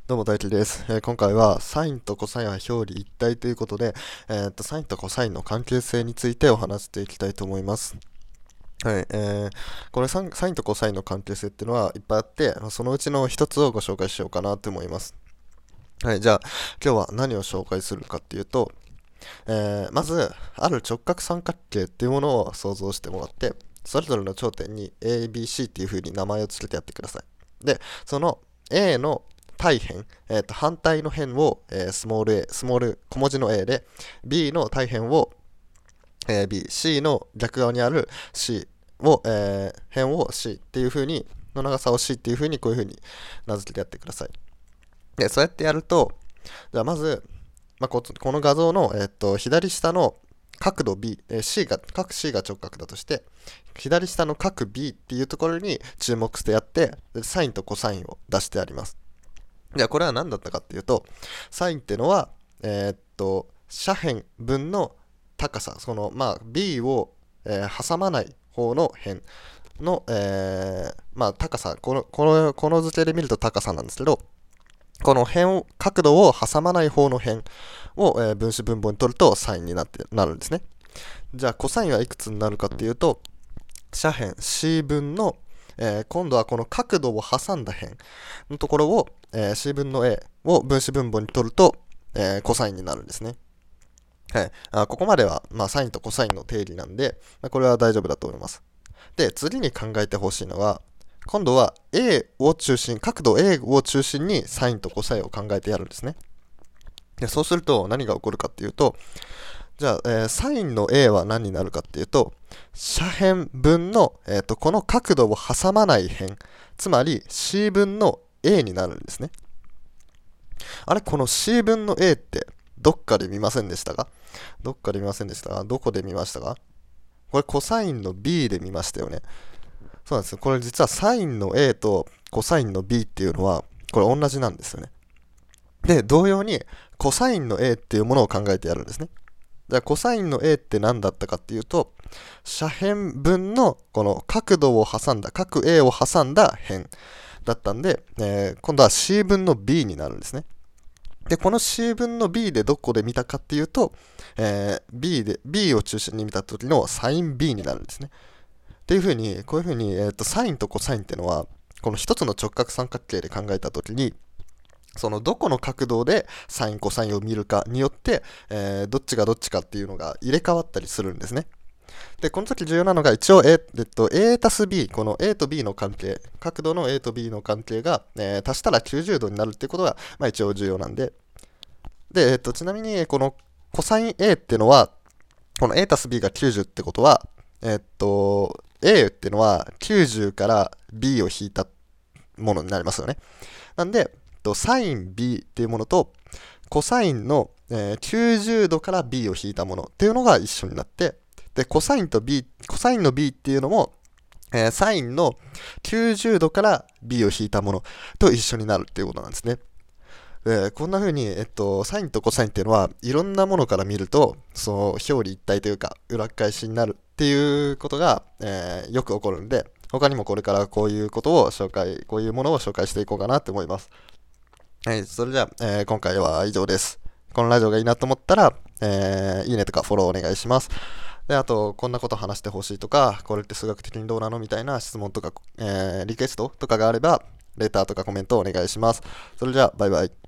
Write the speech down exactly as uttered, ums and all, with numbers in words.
どうも大輝です、えー今回はサインとコサインは表裏一体ということで、えーっとサインとコサインの関係性についてお話していきたいと思います。はい、えー、これサインサインとコサインの関係性っていうのはいっぱいあって、そのうちの一つをご紹介しようかなと思います。はい、じゃあ今日は何を紹介するかっていうと、えーまずある直角三角形っていうものを想像してもらって、それぞれの頂点に エービーシー っていう風に名前を付けてやってください。で、その A の対辺、えーと反対の辺を、えースモール a、スモール小文字の A で、B の対辺を、えー B、C の逆側にある C を、えー辺を C っていう風に、の長さを C っていう風にこういう風に名付けてやってください。で、そうやってやると、じゃあまず、まあ、ここの画像の、えっと、左下の角度 B、えー C が、角 C が直角だとして、左下の角 B っていうところに注目してやって、でサインとコサインを出してあります。じゃあこれは何だったかっていうと、サインっていうのは、えーっと、斜辺分の高さ、その、まあ、B を、えー挟まない方の辺の、えーまあ、高さ、この、この、この図形で見ると高さなんですけど、この辺を、角度を挟まない方の辺を、えー分子分母に取るとサインになって、なるんですね。じゃあ、コサインはいくつになるかっていうと、斜辺 C 分の、えー今度はこの角度を挟んだ辺のところを、えー C 分の A を分子分母に取ると、えーコサインになるんですね。はい。あここまでは、まあ、サインとコサインの定理なんで、まあこれは大丈夫だと思います。で、次に考えてほしいのは、今度は A を中心、角度 A を中心にサインとコサインを考えてやるんですね。で、そうすると何が起こるかっていうと、じゃあ、えーサインの A は何になるかっていうと、斜辺分の、えーと、この角度を挟まない辺、つまり C 分の A になるんですね。あれ、この C 分の A ってどっかで見ませんでしたか？どっかで見ませんでしたか？どこで見ましたか？これコサインの B で見ましたよね。そうなんですよ。これ実はサインの A とコサインの B っていうのは、これ同じなんですよね。で、同様にコサインの A っていうものを考えてやるんですね。じゃあコサインの A って何だったかっていうと、斜辺分のこの角度を挟んだ、角 A を挟んだ辺だったんで、えー今度は C 分の B になるんですね。で、この C 分の B でどこで見たかっていうと、えー B で、B を中心に見た時のサイン B になるんですね。っていうふうに、こういうふうに、えーと、サインとコサインっていうのは、この一つの直角三角形で考えた時に、そのどこの角度でサインコサインを見るかによって、えーどっちがどっちかっていうのが入れ替わったりするんですね。で、この時重要なのが一応 A、えっと、A たす B、この A と B の関係、角度の A と B の関係が、えー足したらきゅうじゅうどになるっていうことが、まあ、一応重要なんで。で、えっと、ちなみにこのコサイン A っていうのは、この A たす B がきゅうじゅうってことは、えっと、A っていうのはきゅうじゅうから B を引いたものになりますよね。なんで、サイン B っていうものと、コサインの、えーきゅうじゅうどから B を引いたものっていうのが一緒になって、で、コサインと B、コサインの B っていうのも、えーサインのきゅうじゅうどから B を引いたものと一緒になるっていうことなんですね。でこんな風に、えっと、サインとコサインっていうのはいろんなものから見ると、その表裏一体というか裏返しになるっていうことが、えーよく起こるんで、他にもこれからこういうことを紹介、こういうものを紹介していこうかなって思います。はい、それじゃあ、えー今回は以上です。このラジオがいいなと思ったら、えーいいねとかフォローお願いします。で、あと、こんなこと話してほしいとか、これって数学的にどうなのみたいな質問とか、えーリクエストとかがあれば、レターとかコメントをお願いします。それじゃあ、バイバイ。